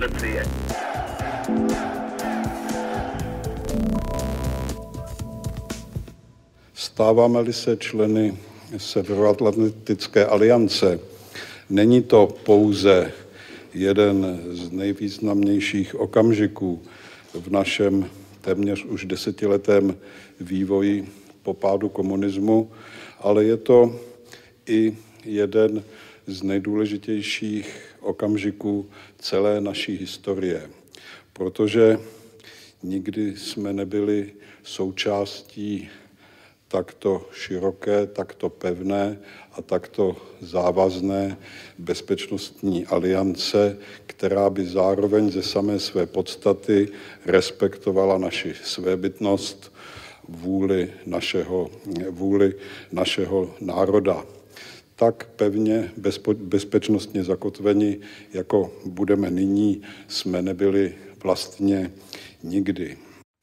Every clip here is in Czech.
demokracie. Stáváme-li se členy Severoatlantické aliance, není to pouze jeden z nejvýznamnějších okamžiků v našem téměř už desetiletém vývoji po pádu komunismu, ale je to i jeden z nejdůležitějších okamžiků celé naší historie, protože nikdy jsme nebyli součástí takto široké, takto pevné a takto závazné bezpečnostní aliance, která by zároveň ze samé své podstaty respektovala naši svébytnost, vůli našeho národa. Tak pevně bezpečnostně zakotveni, jako budeme nyní, jsme nebyli vlastně nikdy.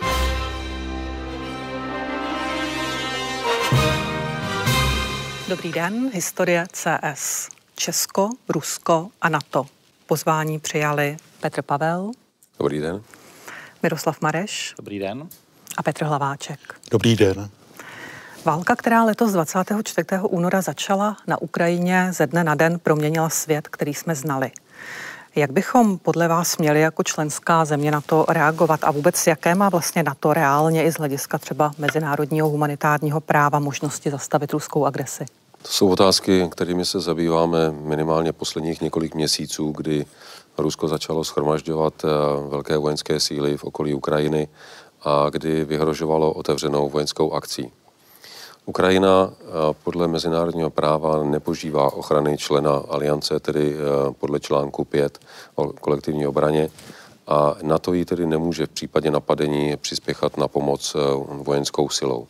Dobrý den, historie CS. Česko, Rusko a NATO. Pozvání přijali Petr Pavel. Dobrý den. Miroslav Mareš. Dobrý den. A Petr Hlaváček. Dobrý den. Válka, která letos 24. února začala na Ukrajině, ze dne na den proměnila svět, který jsme znali. Jak bychom podle vás měli jako členská země na to reagovat a vůbec jaké má vlastně NATO reálně i z hlediska třeba mezinárodního humanitárního práva možnosti zastavit ruskou agresi? To jsou otázky, kterými se zabýváme minimálně posledních několik měsíců, kdy Rusko začalo shromažďovat velké vojenské síly v okolí Ukrajiny a kdy vyhrožovalo otevřenou vojenskou akcí. Ukrajina podle mezinárodního práva nepožívá ochrany člena aliance, tedy podle článku 5 o kolektivní obraně, a NATO jí tedy nemůže v případě napadení přispěchat na pomoc vojenskou silou.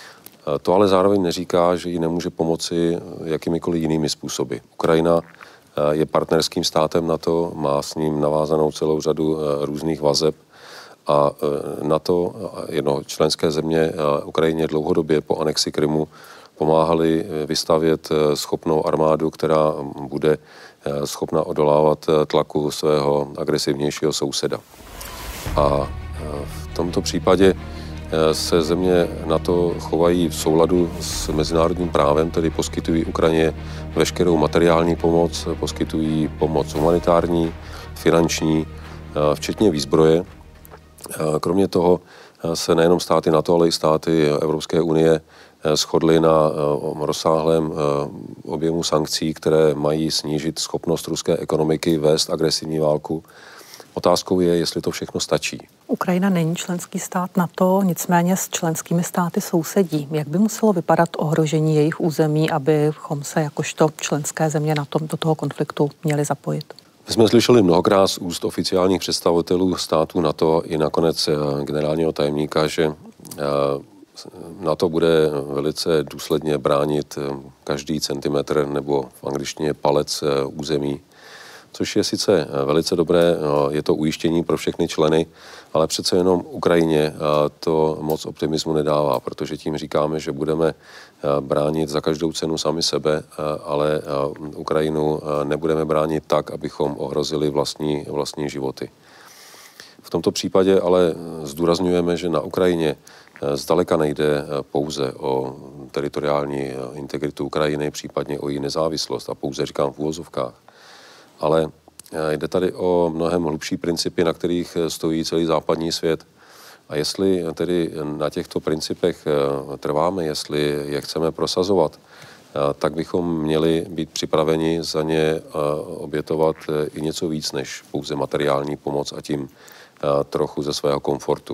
To ale zároveň neříká, že jí nemůže pomoci jakýmikoliv jinými způsoby. Ukrajina je partnerským státem NATO, má s ním navázanou celou řadu různých vazeb a NATO, jedno členské země Ukrajině dlouhodobě po anexi Krymu pomáhali vystavět schopnou armádu, která bude schopna odolávat tlaku svého agresivnějšího souseda. A v tomto případě se země NATO chovají v souladu s mezinárodním právem, tedy poskytují Ukrajině veškerou materiální pomoc, poskytují pomoc humanitární, finanční, včetně výzbroje. Kromě toho se nejenom státy NATO, ale i státy Evropské unie shodly na rozsáhlém objemu sankcí, které mají snížit schopnost ruské ekonomiky vést agresivní válku. Otázkou je, jestli to všechno stačí. Ukrajina není členský stát NATO, nicméně s členskými státy sousedí. Jak by muselo vypadat ohrožení jejich území, abychom se jakožto členské země NATO do toho konfliktu měli zapojit? My jsme slyšeli mnohokrát z úst oficiálních představitelů států NATO i nakonec generálního tajemníka, že NATO bude velice důsledně bránit každý centimetr nebo v angličtině palec území, což je sice velice dobré, je to ujištění pro všechny členy, ale přece jenom Ukrajině to moc optimismu nedává, protože tím říkáme, že budeme bránit za každou cenu sami sebe, ale Ukrajinu nebudeme bránit tak, abychom ohrozili vlastní životy. V tomto případě ale zdůrazňujeme, že na Ukrajině zdaleka nejde pouze o teritoriální integritu Ukrajiny, případně o její nezávislost, a pouze říkám v uvozovkách, ale jde tady o mnohem hlubší principy, na kterých stojí celý západní svět. A jestli tedy na těchto principech trváme, jestli je chceme prosazovat, tak bychom měli být připraveni za ně obětovat i něco víc než pouze materiální pomoc a tím trochu ze svého komfortu.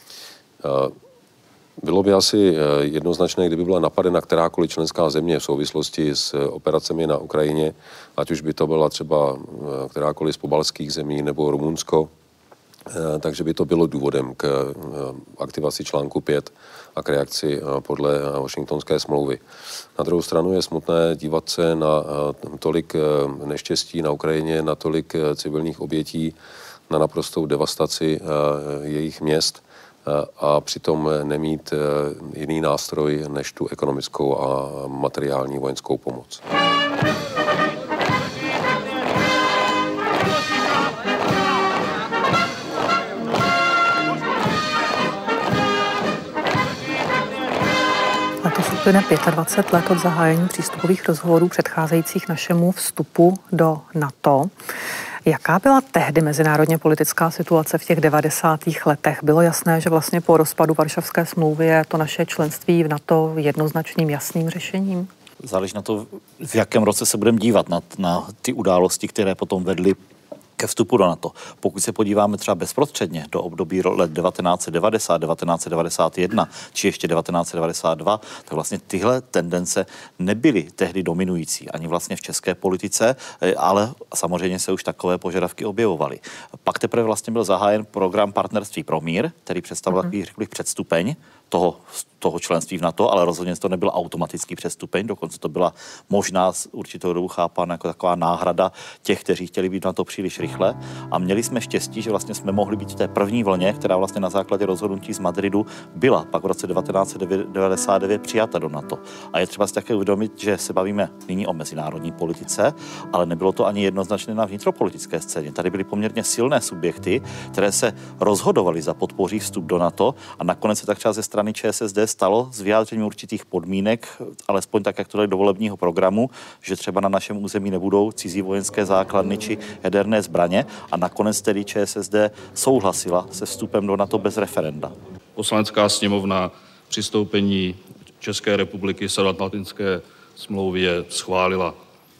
Bylo by asi jednoznačné, kdyby byla napadena kterákoliv členská země v souvislosti s operacemi na Ukrajině, ať už by to byla třeba kterákoliv z pobaltských zemí nebo Rumunsko, takže by to bylo důvodem k aktivaci článku 5 a k reakci podle Washingtonské smlouvy. Na druhou stranu je smutné dívat se na tolik neštěstí na Ukrajině, na tolik civilních obětí, na naprostou devastaci jejich měst a přitom nemít jiný nástroj než tu ekonomickou a materiální vojenskou pomoc. Letos uplyne 25 let od zahájení přístupových rozhovorů předcházejících našemu vstupu do NATO. Jaká byla tehdy mezinárodně politická situace v těch 90. letech? Bylo jasné, že vlastně po rozpadu Varšavské smlouvy je to naše členství v NATO jednoznačným jasným řešením? Záleží na to, v jakém roce se budeme dívat na ty události, které potom vedly ke vstupu do NATO. Pokud se podíváme třeba bezprostředně do období let 1990, 1991 či ještě 1992, tak vlastně tyhle tendence nebyly tehdy dominující ani vlastně v české politice, ale samozřejmě se už takové požadavky objevovaly. Pak teprve vlastně byl zahájen program Partnerství pro mír, který představil takový, řekl bych, předstupeň toho členství v NATO, ale rozhodně to nebyl automatický předstupeň, dokonce to byla možná z určitou dobu chápána jako taková náhrada těch, kteří chtěli být v NATO příliš rychle, a měli jsme štěstí, že vlastně jsme mohli být v té první vlně, která vlastně na základě rozhodnutí z Madridu byla pak v roce 1999 přijata do NATO. A je třeba si také uvědomit, že se bavíme nyní o mezinárodní politice, ale nebylo to ani jednoznačně na vnitropolitické scéně. Tady byly poměrně silné subjekty, které se rozhodovaly za podpoří vstup do NATO, a nakonec se tak třeba ze strany ČSSD stalo s vyjádřením určitých podmínek, alespoň tak, jak to dali do volebního programu, že třeba na našem území nebudou cizí vojenské základny či jaderné zbraně, a nakonec tedy ČSSD souhlasila se vstupem do NATO bez referenda. Poslanecká sněmovna přistoupení České republiky Severoatlantické smlouvě schválila.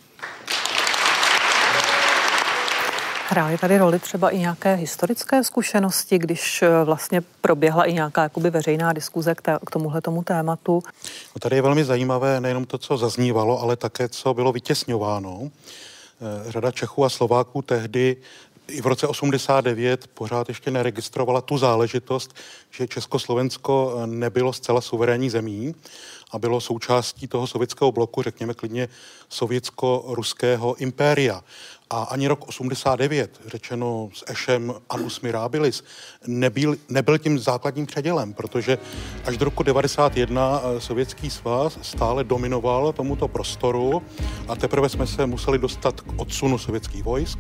Hrály tady roli třeba i nějaké historické zkušenosti, když vlastně proběhla i nějaká jakoby veřejná diskuze k tomuhletomu tématu? No, tady je velmi zajímavé nejenom to, co zaznívalo, ale také, co bylo vytěsňováno. Řada Čechů a Slováků tehdy i v roce 89 pořád ještě neregistrovala tu záležitost, že Československo nebylo zcela suverénní zemí a bylo součástí toho sovětského bloku, řekněme klidně sovětsko-ruského impéria. A ani rok 89, řečeno s ešem annus mirabilis, nebyl tím základním předělem, protože až do roku 91 Sovětský svaz stále dominoval tomuto prostoru a teprve jsme se museli dostat k odsunu sovětských vojsk,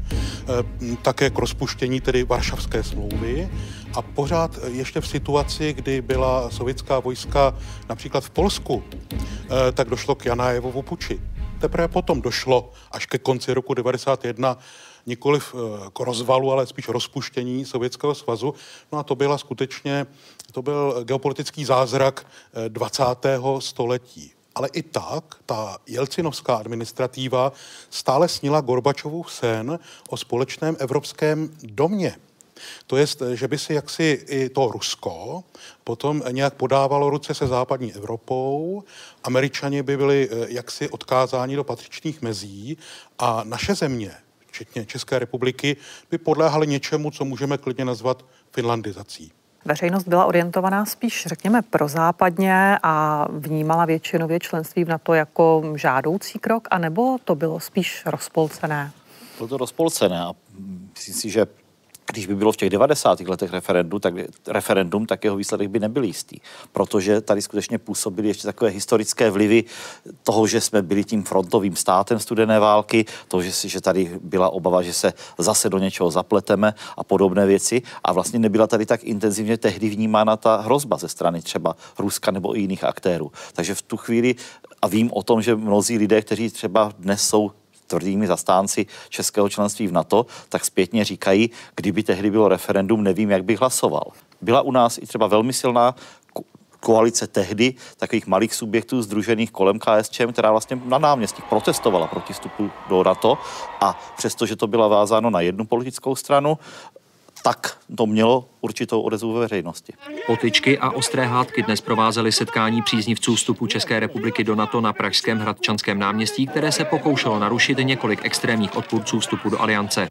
také k rozpuštění tedy Varšavské smlouvy, a pořád ještě v situaci, kdy byla sovětská vojska například v Polsku, tak došlo k Janajevovu puči. Teprve potom došlo až ke konci roku 91 nikoliv k rozvalu, ale spíš rozpuštění Sovětského svazu. No a to byl geopolitický zázrak 20. století. Ale i tak ta jelcinovská administrativa stále snila Gorbačovův sen o společném evropském domě. To jest, že by si jaksi i to Rusko potom nějak podávalo ruce se západní Evropou, Američani by byli jaksi odkázáni do patřičných mezí a naše země, včetně České republiky, by podléhaly něčemu, co můžeme klidně nazvat finlandizací. Veřejnost byla orientovaná spíš, řekněme, prozápadně a vnímala většinově členství v NATO jako žádoucí krok, anebo to bylo spíš rozpolcené? Bylo to rozpolcené a myslím si, že když by bylo v těch 90. letech referendum, tak jeho výsledek by nebyl jistý. Protože tady skutečně působily ještě takové historické vlivy toho, že jsme byli tím frontovým státem studené války, toho, že tady byla obava, že se zase do něčeho zapleteme a podobné věci. A vlastně nebyla tady tak intenzivně tehdy vnímána ta hrozba ze strany třeba Ruska nebo i jiných aktérů. Takže v tu chvíli, a vím o tom, že mnozí lidé, kteří třeba dnes jsou tvrdými zastánci českého členství v NATO, tak zpětně říkají, kdyby tehdy bylo referendum, nevím, jak bych hlasoval. Byla u nás i třeba velmi silná koalice tehdy takových malých subjektů sdružených kolem KSČM, která vlastně na náměstích protestovala proti vstupu do NATO, a přestože to byla vázáno na jednu politickou stranu, tak to mělo určitou odezvu ve veřejnosti. Potyčky a ostré hádky dnes provázely setkání příznivců vstupu České republiky do NATO na pražském Hradčanském náměstí, které se pokoušelo narušit několik extrémních odpůrců vstupu do aliance.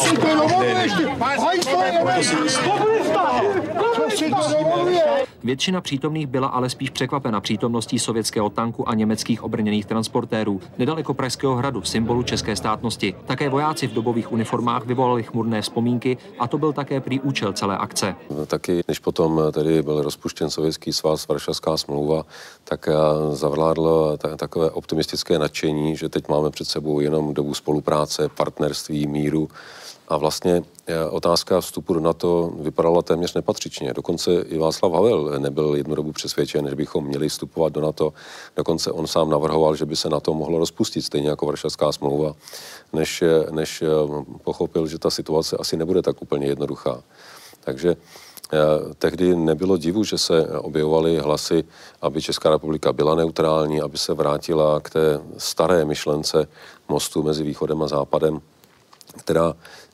Většina přítomných byla ale spíš překvapena přítomností sovětského tanku a německých obrněných transportérů nedaleko Pražského hradu, symbolu české státnosti. Také vojáci v dobových uniformách vyvolali chmurné vzpomínky a to byl také prý účel celé akce. Taky, než potom tady byl rozpuštěn Sovětský svaz, Varšavská smlouva, tak zavládlo takové optimistické nadšení, že teď máme před sebou jenom dobu spolupráce, partnerství, míru. A vlastně otázka vstupu do NATO vypadala téměř nepatřičně. Dokonce i Václav Havel nebyl jednu dobu přesvědčen, že bychom měli vstupovat do NATO. Dokonce on sám navrhoval, že by se NATO mohlo rozpustit, stejně jako Varšavská smlouva, než pochopil, že ta situace asi nebude tak úplně jednoduchá. Takže tehdy nebylo divu, že se objevovaly hlasy, aby Česká republika byla neutrální, aby se vrátila k té staré myšlence mostu mezi východem a západem, která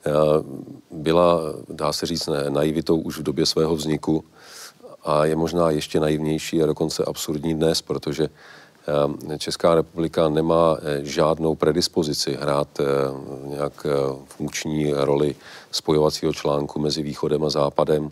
byla, dá se říct, naivitou už v době svého vzniku a je možná ještě naivnější a dokonce absurdní dnes, protože Česká republika nemá žádnou predispozici hrát nějak funkční roli spojovacího článku mezi východem a západem.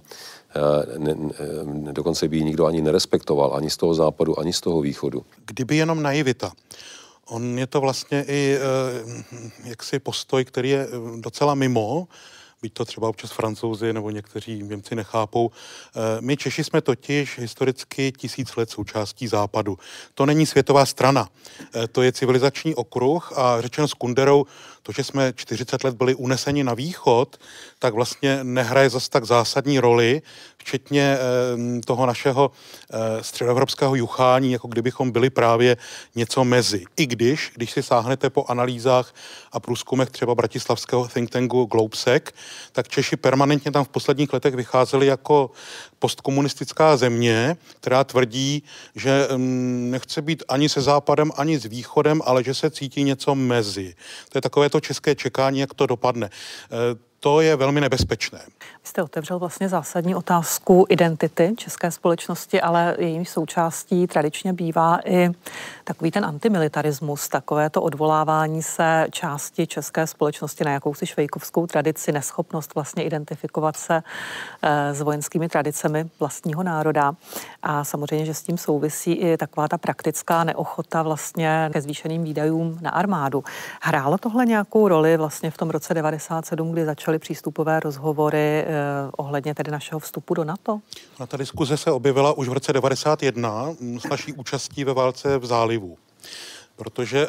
Dokonce by ji nikdo ani nerespektoval, ani z toho západu, ani z toho východu. Kdyby jenom naivita. On je to vlastně i jaksi postoj, který je docela mimo, byť to třeba občas Francouzi nebo někteří Němci nechápou. My Češi jsme totiž historicky 1000 let součástí západu. To není světová strana. To je civilizační okruh a řečeno s Kunderou, to, že jsme 40 let byli uneseni na východ, tak vlastně nehraje zas tak zásadní roli, včetně toho našeho středoevropského juchání, jako kdybychom byli právě něco mezi. I když si sáhnete po analýzách a průzkumech třeba bratislavského think tanku Globsec, tak Češi permanentně tam v posledních letech vycházeli jako postkomunistická země, která tvrdí, že nechce být ani se západem, ani s východem, ale že se cítí něco mezi. To je takové to české čekání, jak to dopadne. To je velmi nebezpečné. Vy jste otevřel vlastně zásadní otázku identity české společnosti, ale její součástí tradičně bývá i takový ten antimilitarismus, takové to odvolávání se části české společnosti na jakousi švejkovskou tradici, neschopnost vlastně identifikovat se s vojenskými tradicemi vlastního národa. A samozřejmě, že s tím souvisí i taková ta praktická neochota vlastně ke zvýšeným výdajům na armádu. Hrálo tohle nějakou roli vlastně v tom roce 1997, kdy začaly přístupové rozhovory ohledně tedy našeho vstupu do NATO? A ta diskuze se objevila už v roce 1991 s naší účastí ve válce v zálivu. Protože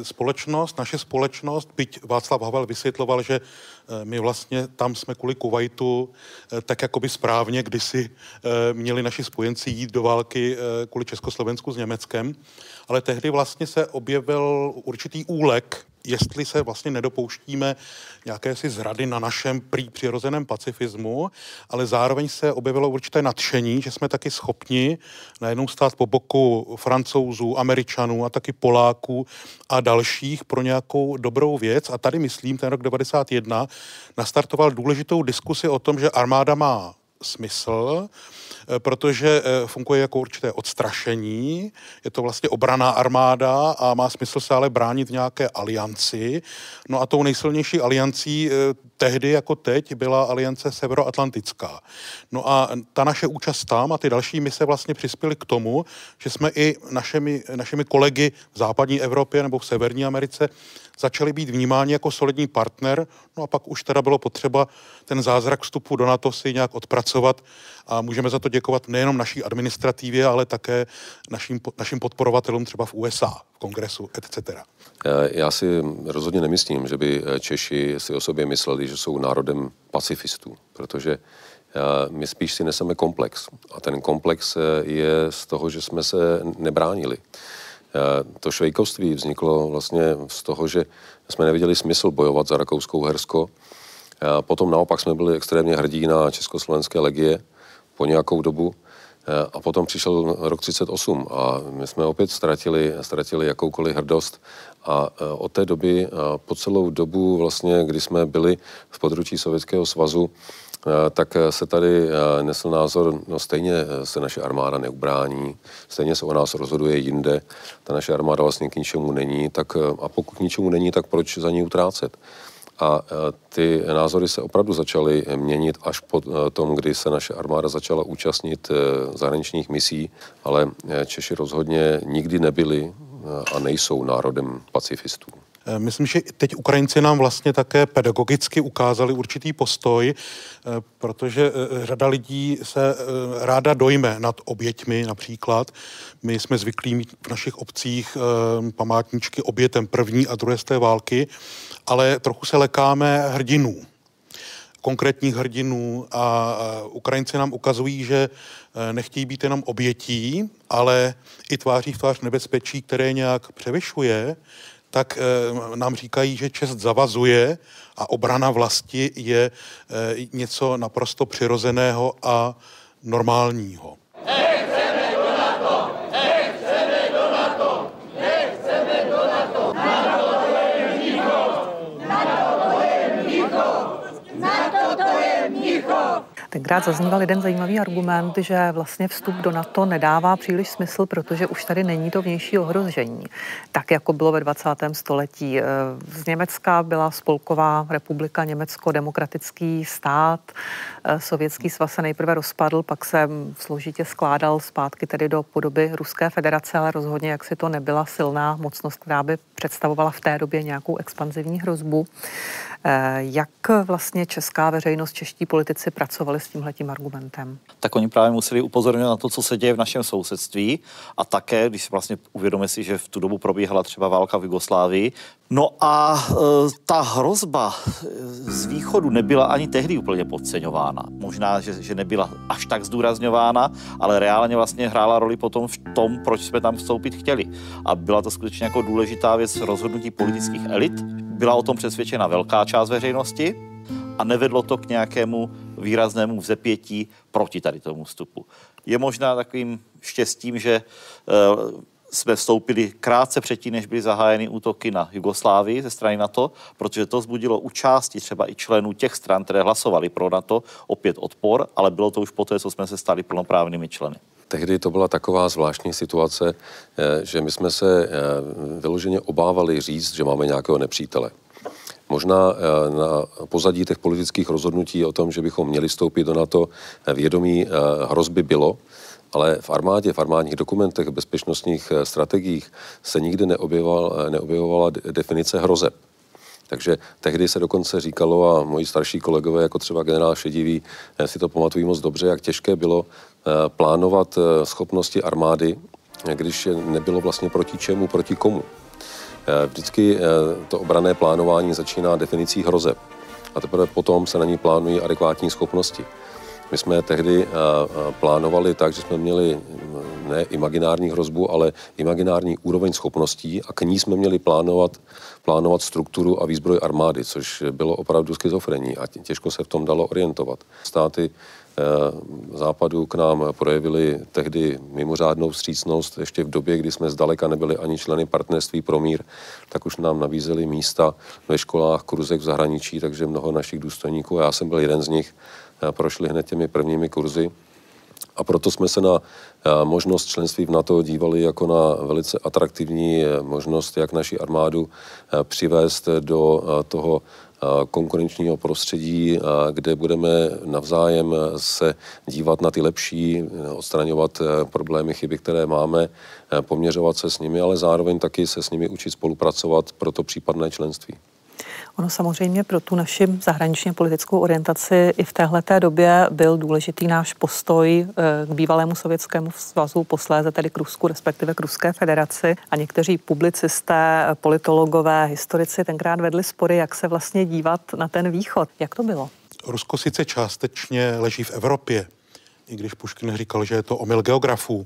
naše společnost, byť Václav Havel vysvětloval, že my vlastně tam jsme kvůli Kuvajtu, tak jakoby správně kdysi měli naši spojenci jít do války kvůli Československu s Německem, ale tehdy vlastně se objevil určitý úlek, jestli se vlastně nedopouštíme nějaké zrady na našem přirozeném pacifismu, ale zároveň se objevilo určité nadšení, že jsme taky schopni najednou stát po boku Francouzů, Američanů a taky Poláků a dalších pro nějakou dobrou věc. A tady myslím, ten rok 1991 nastartoval důležitou diskusi o tom, že armáda má smysl, protože funguje jako určité odstrašení, je to vlastně obranná armáda a má smysl se ale bránit v nějaké alianci. No a tou nejsilnější aliancí tehdy jako teď byla aliance severoatlantická. No a ta naše účast tam a ty další mise vlastně přispěly k tomu, že jsme i našimi kolegy v západní Evropě nebo v Severní Americe začali být vnímáni jako solidní partner, no a pak už teda bylo potřeba ten zázrak vstupu do NATO si nějak odpracovat a můžeme za to děkovat nejenom naší administrativě, ale také našim podporovatelům třeba v USA, v kongresu, etc. Já si rozhodně nemyslím, že by Češi si o sobě mysleli, že jsou národem pacifistů, protože my spíš si neseme komplex. A ten komplex je z toho, že jsme se nebránili. To švejkovství vzniklo vlastně z toho, že jsme neviděli smysl bojovat za Rakousko-Uhersko. Potom naopak jsme byli extrémně hrdí na československé legie po nějakou dobu. A potom přišel rok 1938 a my jsme opět ztratili jakoukoliv hrdost. A od té doby po celou dobu vlastně, kdy jsme byli v područí Sovětského svazu, tak se tady nesl názor, no stejně se naše armáda neubrání, stejně se o nás rozhoduje jinde, ta naše armáda vlastně k ničemu není, a pokud k ničemu není, tak proč za ní utrácet? A ty názory se opravdu začaly měnit až po tom, kdy se naše armáda začala účastnit zahraničních misí, ale Češi rozhodně nikdy nebyli a nejsou národem pacifistů. Myslím, že teď Ukrajinci nám vlastně také pedagogicky ukázali určitý postoj, protože řada lidí se ráda dojme nad oběťmi například. My jsme zvyklí mít v našich obcích památníčky obětem první a druhé světové války, ale trochu se lekáme hrdinů. konkrétních hrdinů a Ukrajinci nám ukazují, že nechtějí být jenom obětí, ale i tváří v tvář nebezpečí, které nějak převyšuje, tak nám říkají, že čest zavazuje a obrana vlasti je něco naprosto přirozeného a normálního. Nechceme do NATO! Nechceme do NATO! Nechceme do NATO! NATO to je Mnichov! NATO to je Mnichov! NATO to je Mnichov! Tenkrát zazníval jeden zajímavý argument, že vlastně vstup do NATO nedává příliš smysl, protože už tady není to vnější ohrožení. Tak, jako bylo ve 20. století. Z Německa byla Spolková republika, Německo demokratický stát, Sovětský svaz se nejprve rozpadl, pak se složitě skládal zpátky tedy do podoby Ruské federace, ale rozhodně jaksi to nebyla silná mocnost, která by představovala v té době nějakou expanzivní hrozbu. Jak vlastně česká veřejnost, čeští politici pracovali s tímhletím argumentem? Tak oni právě museli upozorňovat na to, co se děje v našem sousedství a také, když si vlastně uvědomí si, že v tu dobu probíhala třeba válka v Jugoslávii. No a ta hrozba z východu nebyla ani tehdy úplně podceňována. Možná, že nebyla až tak zdůrazňována, ale reálně vlastně hrála roli potom v tom, proč jsme tam vstoupit chtěli. A byla to skutečně jako důležitá věc rozhodnutí politických elit. Byla o tom přesvědčena velká část veřejnosti a nevedlo to k nějakému výraznému vzepětí proti tady tomu vstupu. Je možná takovým štěstím, že jsme vstoupili krátce předtím, než byly zahájeny útoky na Jugoslávii ze strany NATO, protože to vzbudilo u části třeba i členů těch stran, které hlasovali pro NATO, opět odpor, ale bylo to už poté, co jsme se stali plnoprávnými členy. Tehdy to byla taková zvláštní situace, že my jsme se vyloženě obávali říct, že máme nějakého nepřítele. Možná na pozadí těch politických rozhodnutí o tom, že bychom měli vstoupit do NATO, vědomí hrozby bylo, ale v armádních dokumentech, bezpečnostních strategiích se nikdy neobjevovala definice hrozeb. Takže tehdy se dokonce říkalo, a moji starší kolegové, jako třeba generál Šedivý, si to pamatují moc dobře, jak těžké bylo plánovat schopnosti armády, když nebylo vlastně proti čemu, proti komu. Vždycky to obranné plánování začíná definicí hrozeb a teprve potom se na ní plánují adekvátní schopnosti. My jsme tehdy plánovali tak, že jsme měli ne imaginární hrozbu, ale imaginární úroveň schopností a k ní jsme měli plánovat strukturu a výzbroj armády, což bylo opravdu schizofrení a těžko se v tom dalo orientovat. Státy západu k nám projevili tehdy mimořádnou vstřícnost ještě v době, kdy jsme zdaleka nebyli ani členy partnerství pro mír, tak už nám nabízeli místa ve školách, kurzech v zahraničí, takže mnoho našich důstojníků, a já jsem byl jeden z nich, prošli hned těmi prvními kurzy. A proto jsme se na možnost členství v NATO dívali jako na velice atraktivní možnost, jak naši armádu přivést do toho konkurenčního prostředí, kde budeme navzájem se dívat na ty lepší, odstraňovat problémy, chyby, které máme, poměřovat se s nimi, ale zároveň taky se s nimi učit spolupracovat pro to případné členství. Ono samozřejmě pro tu naši zahraničně politickou orientaci i v téhleté době byl důležitý náš postoj k bývalému Sovětskému svazu, posléze tedy k Rusku, respektive k Ruské federaci. A někteří publicisté, politologové, historici tenkrát vedli spory, jak se vlastně dívat na ten východ. Jak to bylo? Rusko sice částečně leží v Evropě, i když Puškin říkal, že je to omyl geografů,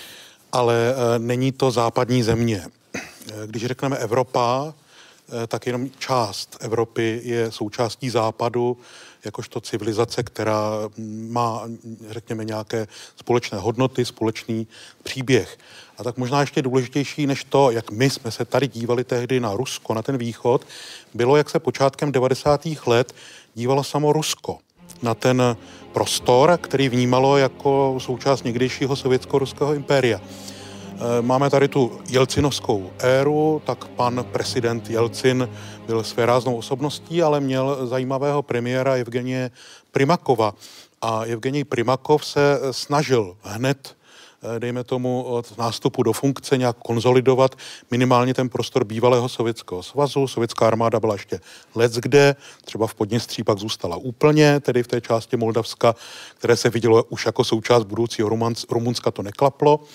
ale není to západní země. Když řekneme Evropa, tak jenom část Evropy je součástí západu, jakožto civilizace, která má, řekněme, nějaké společné hodnoty, společný příběh. A tak možná ještě důležitější než to, jak my jsme se tady dívali tehdy na Rusko, na ten východ, bylo, jak se počátkem 90. let dívalo samo Rusko na ten prostor, který vnímalo jako součást někdejšího sovětsko-ruského impéria. Máme tady tu jelcinovskou éru, tak pan prezident Jelcin byl svéráznou osobností, ale měl zajímavého premiéra Evgenije Primakova. A Evgenij Primakov se snažil hned, dejme tomu, od nástupu do funkce nějak konsolidovat minimálně ten prostor bývalého Sovětského svazu. Sovětská armáda byla ještě leckde, třeba v Podněstří pak zůstala úplně, tedy v té části Moldavska, které se vidělo už jako součást budoucího Rumunska, to neklaplo.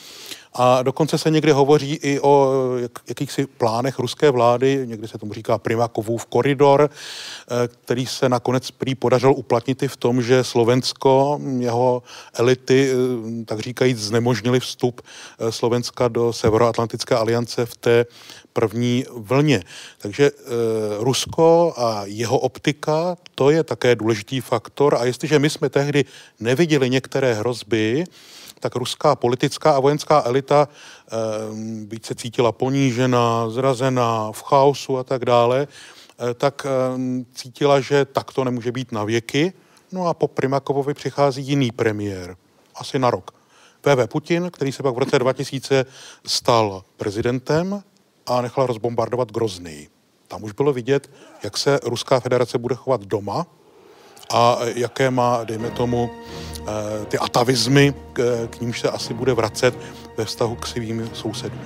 A dokonce se někdy hovoří i o jakýchsi plánech ruské vlády, někdy se tomu říká Primakovův koridor, který se nakonec prý podařil uplatnit i v tom, že Slovensko, jeho elity, tak říkajíc, znemožnili vstup Slovenska do Severoatlantické aliance v té první vlně. Takže Rusko a jeho optika, to je také důležitý faktor. A jestliže my jsme tehdy neviděli některé hrozby, tak ruská politická a vojenská elita byť se cítila ponížená, zrazená, v chaosu a tak dále, tak cítila, že tak to nemůže být na věky. No a po Primakovovi přichází jiný premiér, asi na rok. V.V. Putin, který se pak v roce 2000 stal prezidentem a nechal rozbombardovat Groznyj. Tam už bylo vidět, jak se Ruská federace bude chovat doma a jaké má, dejme tomu, ty atavizmy, k nímž se asi bude vracet ve vztahu k svým sousedům.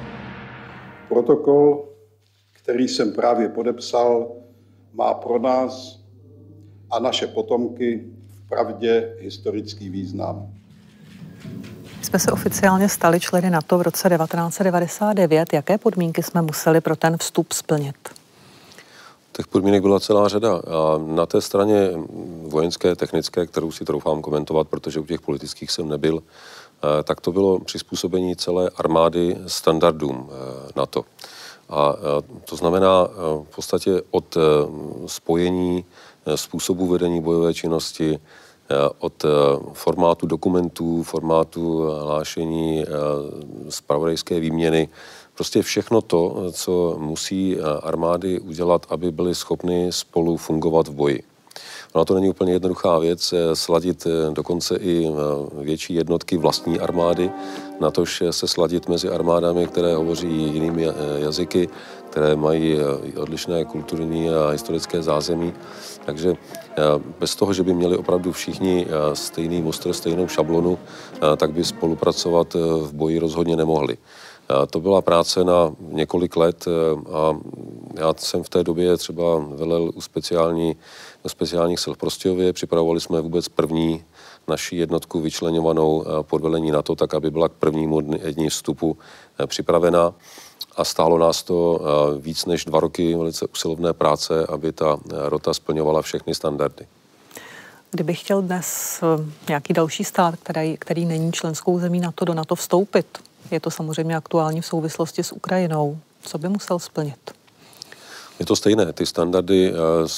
Protokol, který jsem právě podepsal, má pro nás a naše potomky vpravdě historický význam. Jsme se oficiálně stali členy NATO v roce 1999. Jaké podmínky jsme museli pro ten vstup splnit? Těch podmínek byla celá řada. A na té straně vojenské, technické, kterou si troufám komentovat, protože u těch politických jsem nebyl, tak to bylo přizpůsobení celé armády standardům NATO. A to znamená v podstatě od spojení způsobu vedení bojové činnosti, od formátu dokumentů, formátu hlášení, zpravodajské výměny, prostě všechno to, co musí armády udělat, aby byly schopny spolu fungovat v boji. Ono to není úplně jednoduchá věc, sladit dokonce i větší jednotky vlastní armády, natož se sladit mezi armádami, které hovoří jinými jazyky, které mají odlišné kulturní a historické zázemí. Takže bez toho, že by měli opravdu všichni stejný mustr, stejnou šablonu, tak by spolupracovat v boji rozhodně nemohli. To byla práce na několik let a já jsem v té době třeba velel u speciálních sil v Prostějově. Připravovali jsme vůbec první naši jednotku vyčleňovanou pod velení NATO, tak aby byla k prvnímu dní vstupu připravena. A stálo nás to víc než 2 roky velice usilovné práce, aby ta rota splňovala všechny standardy. Kdyby chtěl dnes nějaký další stát, který není členskou zemí NATO, do NATO vstoupit, je to samozřejmě aktuální v souvislosti s Ukrajinou, co by musel splnit? Je to stejné, ty standardy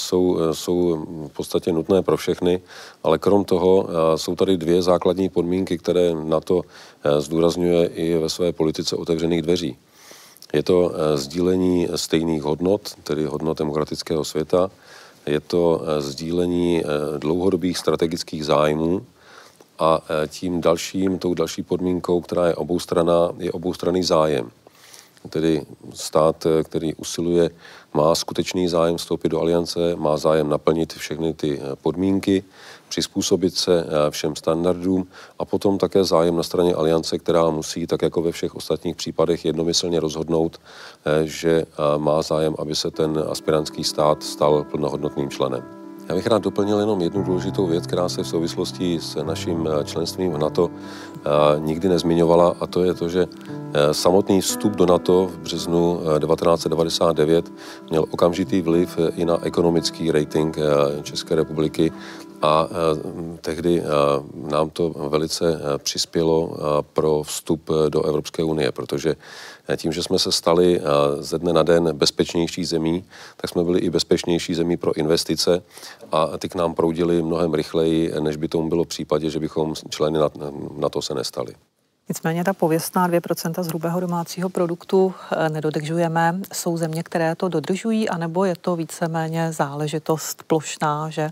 jsou v podstatě nutné pro všechny, ale krom toho jsou tady 2 základní podmínky, které NATO zdůrazňuje i ve své politice otevřených dveří. Je to sdílení stejných hodnot, tedy hodnot demokratického světa, je to sdílení dlouhodobých strategických zájmů a tou další podmínkou, která je oboustranná, je oboustranný zájem. Tedy stát, který usiluje, má skutečný zájem vstoupit do aliance, má zájem naplnit všechny ty podmínky, přizpůsobit se všem standardům a potom také zájem na straně aliance, která musí, tak jako ve všech ostatních případech, jednomyslně rozhodnout, že má zájem, aby se ten aspirantský stát stal plnohodnotným členem. Já bych rád doplnil jenom jednu důležitou věc, která se v souvislosti s naším členstvím v NATO nikdy nezmiňovala, a to je to, že samotný vstup do NATO v březnu 1999 měl okamžitý vliv i na ekonomický rating České republiky a tehdy nám to velice přispělo pro vstup do Evropské unie, protože tím, že jsme se stali ze dne na den bezpečnější zemí, tak jsme byli i bezpečnější zemí pro investice a ty k nám proudily mnohem rychleji, než by tomu bylo v případě, že bychom členy NATO se nestali. Nicméně ta pověstná 2% z hrubého domácího produktu nedodržujeme. Jsou země, které to dodržují, anebo je to víceméně záležitost plošná, že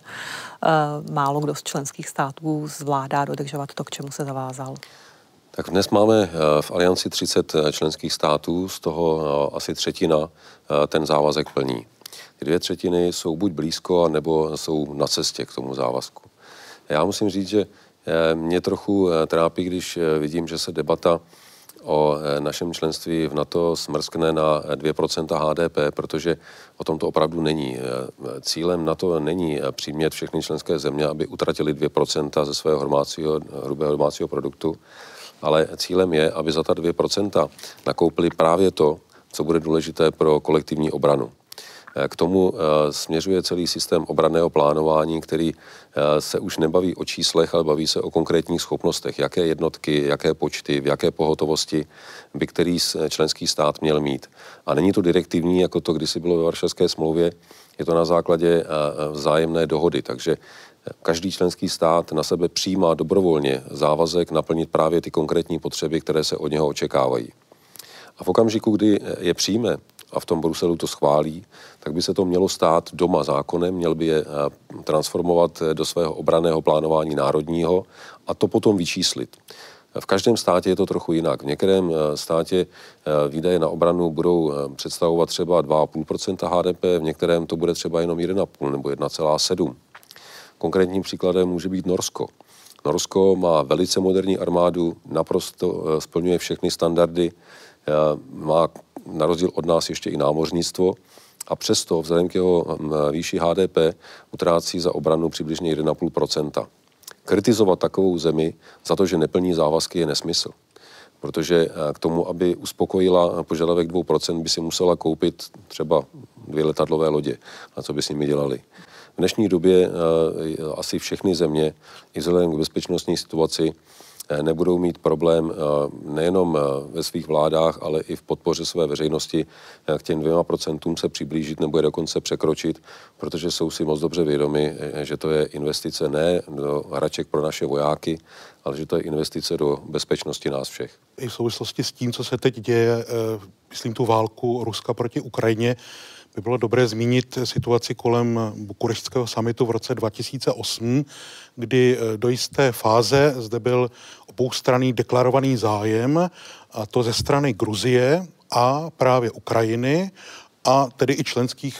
málo kdo z členských států zvládá dodržovat to, k čemu se zavázal? Tak dnes máme v alianci 30 členských států, z toho asi 1/3 ten závazek plní. Ty 2/3 jsou buď blízko, nebo jsou na cestě k tomu závazku. Já musím říct, že mě trochu trápí, když vidím, že se debata o našem členství v NATO smrskne na 2% HDP, protože o tom to opravdu není. Cílem NATO není přimět všechny členské země, aby utratili 2% ze svého hrubého domácího produktu, ale cílem je, aby za ta 2% nakoupili právě to, co bude důležité pro kolektivní obranu. K tomu směřuje celý systém obranného plánování, který se už nebaví o číslech, ale baví se o konkrétních schopnostech, jaké jednotky, jaké počty, v jaké pohotovosti by který členský stát měl mít. A není to direktivní, jako to kdysi bylo ve Varšavské smlouvě, je to na základě vzájemné dohody, takže každý členský stát na sebe přijímá dobrovolně závazek naplnit právě ty konkrétní potřeby, které se od něho očekávají. A v okamžiku, kdy je přijme a v tom Bruselu to schválí, tak by se to mělo stát doma zákonem, měl by je transformovat do svého obranného plánování národního a to potom vyčíslit. V každém státě je to trochu jinak. V některém státě výdaje na obranu budou představovat třeba 2,5% HDP, v některém to bude třeba jenom 1,5 nebo 1,7. Konkrétním příkladem může být Norsko. Norsko má velice moderní armádu, naprosto splňuje všechny standardy, má na rozdíl od nás ještě i námořnictvo a přesto vzhledem k jeho výši HDP utrácí za obranu přibližně 1,5%. Kritizovat takovou zemi za to, že neplní závazky, je nesmysl. Protože k tomu, aby uspokojila požadavek 2%, by si musela koupit třeba 2 letadlové lodě. A co by s nimi dělali? V dnešní době asi všechny země, i vzhledem k bezpečnostní situaci, nebudou mít problém nejenom ve svých vládách, ale i v podpoře své veřejnosti k těm 2% se přiblížit nebo je dokonce překročit, protože jsou si moc dobře vědomi, že to je investice ne do hraček pro naše vojáky, ale že to je investice do bezpečnosti nás všech. I v souvislosti s tím, co se teď děje, myslím tu válku Ruska proti Ukrajině, by bylo dobré zmínit situaci kolem bukurešťského summitu v roce 2008, kdy do jisté fáze zde byl oboustranný deklarovaný zájem, a to ze strany Gruzie a právě Ukrajiny, a tedy i členských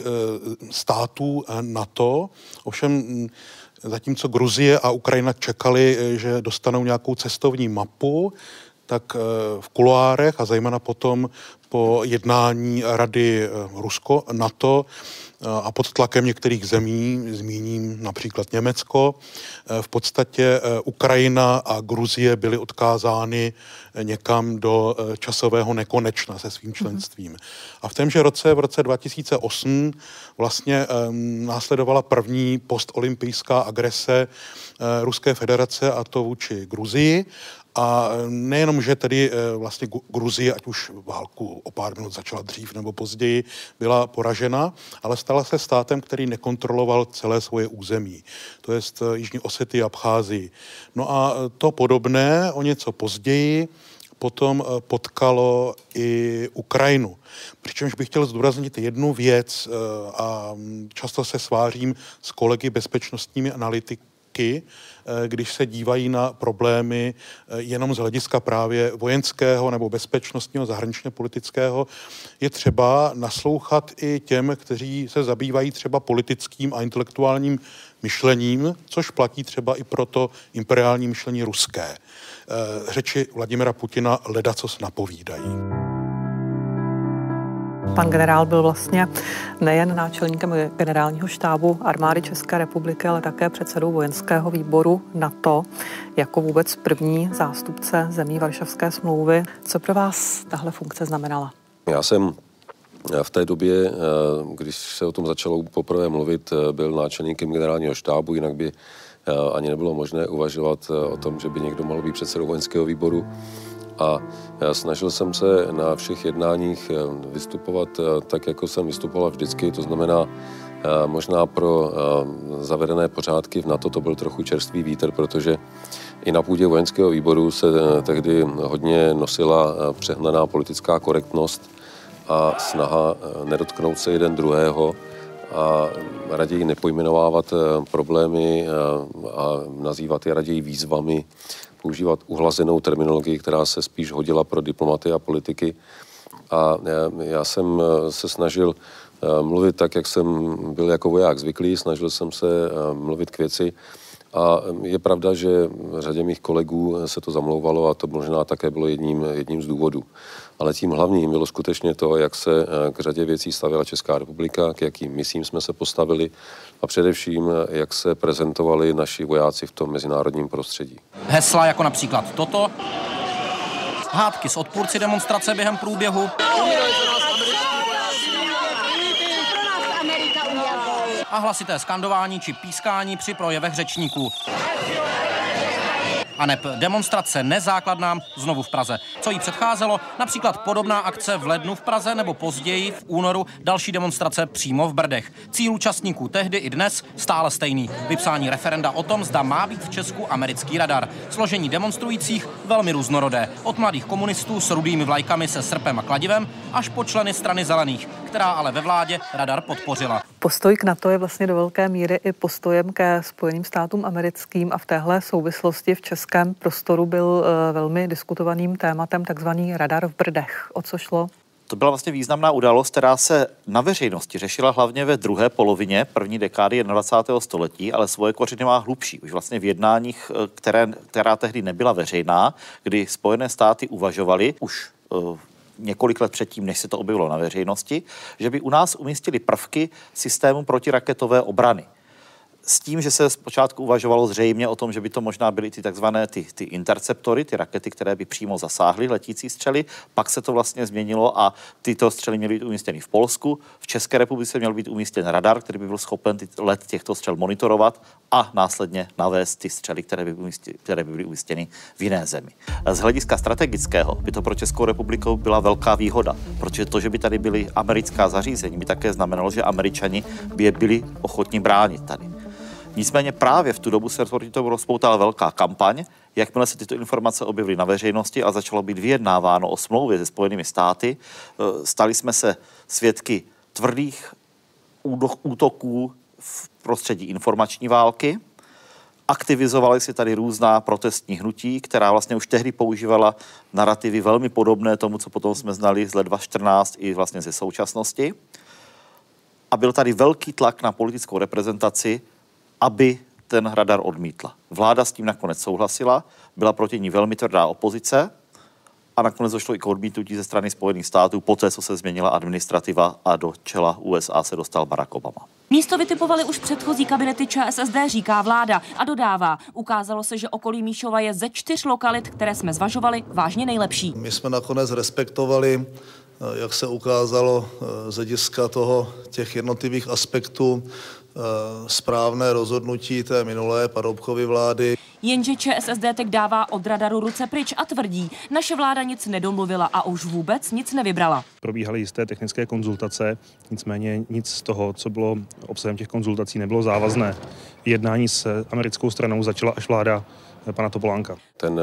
států NATO. Ovšem zatímco Gruzie a Ukrajina čekali, že dostanou nějakou cestovní mapu, tak v kuloárech a zejména potom po jednání Rady Rusko-NATO a pod tlakem některých zemí, zmíním například Německo, v podstatě Ukrajina a Gruzie byly odkázány někam do časového nekonečna se svým členstvím. A v témže roce, v roce 2008, vlastně následovala první postolympijská agrese Ruské federace, a to vůči Gruzii. A nejenom, že tedy vlastně Gruzie, ať už válku o pár minut začala dřív nebo později, byla poražena, ale stala se státem, který nekontroloval celé svoje území. To je Jižní Osety a Abcházii. No a to podobné o něco později potom potkalo i Ukrajinu. Přičemž bych chtěl zdůraznit jednu věc a často se svářím s kolegy bezpečnostními analytiky, když se dívají na problémy jenom z hlediska právě vojenského nebo bezpečnostního, zahraničně politického, je třeba naslouchat i těm, kteří se zabývají třeba politickým a intelektuálním myšlením, což platí třeba i pro to imperiální myšlení ruské. Řeči Vladimira Putina ledacos napovídají. Pan generál byl vlastně nejen náčelníkem generálního štábu armády České republiky, ale také předsedou vojenského výboru NATO jako vůbec první zástupce zemí Varšavské smlouvy. Co pro vás tahle funkce znamenala? Já jsem v té době, když se o tom začalo poprvé mluvit, byl náčelníkem generálního štábu, jinak by ani nebylo možné uvažovat o tom, že by někdo mohl být předsedou vojenského výboru. A snažil jsem se na všech jednáních vystupovat tak, jako jsem vystupoval vždycky, to znamená možná pro zavedené pořádky v NATO to byl trochu čerstvý vítr, protože i na půdě vojenského výboru se tehdy hodně nosila přehnaná politická korektnost a snaha nedotknout se jeden druhého a raději nepojmenovávat problémy a nazývat je raději výzvami, používat uhlazenou terminologii, která se spíš hodila pro diplomaty a politiky. A já jsem se snažil mluvit tak, jak jsem byl jako voják zvyklý, snažil jsem se mluvit k věci. A je pravda, že řadě mých kolegů se to zamlouvalo a to možná také bylo jedním z důvodů. Ale tím hlavním bylo skutečně to, jak se k řadě věcí stavěla Česká republika, k jakým misím jsme se postavili a především, jak se prezentovali naši vojáci v tom mezinárodním prostředí. Hesla jako například toto. hádky s odpůrci demonstrace během průběhu a hlasité skandování či pískání při projevech řečníků. A neb demonstrace nezákladnám znovu v Praze. Co jí předcházelo? Například podobná akce v lednu v Praze nebo později v únoru další demonstrace přímo v Brdech. Cíl účastníků tehdy i dnes stále stejný. Vypsání referenda o tom, zda má být v Česku americký radar. Složení demonstrujících velmi různorodé. Od mladých komunistů s rudými vlajkami se srpem a kladivem až po členy strany zelených, která ale ve vládě radar podpořila. Postoj k NATO je vlastně do velké míry i postojem ke Spojeným státům americkým a v téhle souvislosti v českém prostoru byl velmi diskutovaným tématem takzvaný radar v Brdech. O co šlo? To byla vlastně významná událost, která se na veřejnosti řešila hlavně ve druhé polovině první dekády 21. století, ale svoje kořeny má hlubší. Už vlastně v jednáních, která tehdy nebyla veřejná, kdy Spojené státy uvažovaly už několik let předtím, než se to objevilo na veřejnosti, že by u nás umístili prvky systému protiraketové obrany. S tím, že se zpočátku uvažovalo zřejmě o tom, že by to možná byly ty takzvané ty interceptory, ty rakety, které by přímo zasáhly letící střely, pak se to vlastně změnilo a tyto střely měly být umístěny v Polsku. V České republice měl být umístěn radar, který by byl schopen let těchto střel monitorovat a následně navést ty střely, které by byly umístěny v jiné zemi. Z hlediska strategického by to pro Českou republiku byla velká výhoda, protože to, že by tady byly americká zařízení, by také znamenalo, že Američani by je byli ochotni bránit tady. Nicméně právě v tu dobu se proti tomu rozpoutala velká kampaň, jakmile se tyto informace objevily na veřejnosti a začalo být vyjednáváno o smlouvě se Spojenými státy, stali jsme se svědky tvrdých útoků v prostředí informační války. Aktivizovaly se tady různá protestní hnutí, která vlastně už tehdy používala narrativy velmi podobné tomu, co potom jsme znali z let 2014 i vlastně ze současnosti. A byl tady velký tlak na politickou reprezentaci, aby ten radar odmítla. Vláda s tím nakonec souhlasila, byla proti ní velmi tvrdá opozice a nakonec došlo i k odmítnutí ze strany Spojených států, poté, co se změnila administrativa a do čela USA se dostal Barack Obama. Místo vytipovali už předchozí kabinety ČSSD, říká vláda a dodává. Ukázalo se, že okolí Míšova je ze 4 lokalit, které jsme zvažovali, vážně nejlepší. My jsme nakonec respektovali, jak se ukázalo z hlediska těch jednotlivých aspektů, správné rozhodnutí té minulé Paroubkovy vlády. Jenže ČSSD teď dává od radaru ruce pryč a tvrdí, naše vláda nic nedomluvila a už vůbec nic nevybrala. Probíhaly jisté technické konzultace, nicméně nic z toho, co bylo obsahem těch konzultací, nebylo závazné. Jednání s americkou stranou začala až vláda pana Topolánka. Ten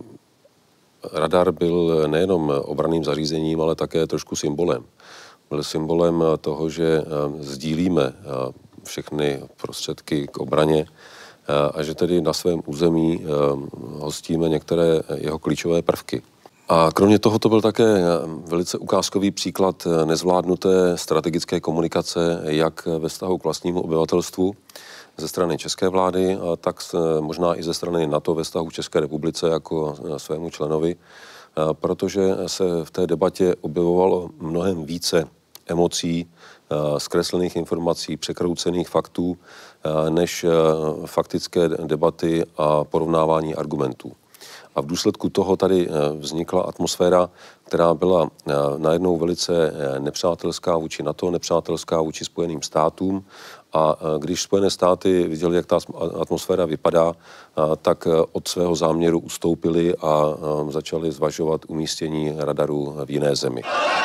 radar byl nejenom obranným zařízením, ale také trošku symbolem. Byl symbolem toho, že sdílíme všechny prostředky k obraně a že tedy na svém území hostíme některé jeho klíčové prvky. A kromě toho to byl také velice ukázkový příklad nezvládnuté strategické komunikace jak ve vztahu k vlastnímu obyvatelstvu ze strany české vlády, tak možná i ze strany NATO ve vztahu k České republice jako svému členovi, protože se v té debatě objevovalo mnohem více emocí, zkreslených informací, překroucených faktů, než faktické debaty a porovnávání argumentů. A v důsledku toho tady vznikla atmosféra, která byla najednou velice nepřátelská vůči NATO, nepřátelská vůči Spojeným státům. A když Spojené státy viděli, jak ta atmosféra vypadá, tak od svého záměru ustoupili a začali zvažovat umístění radaru v jiné zemi.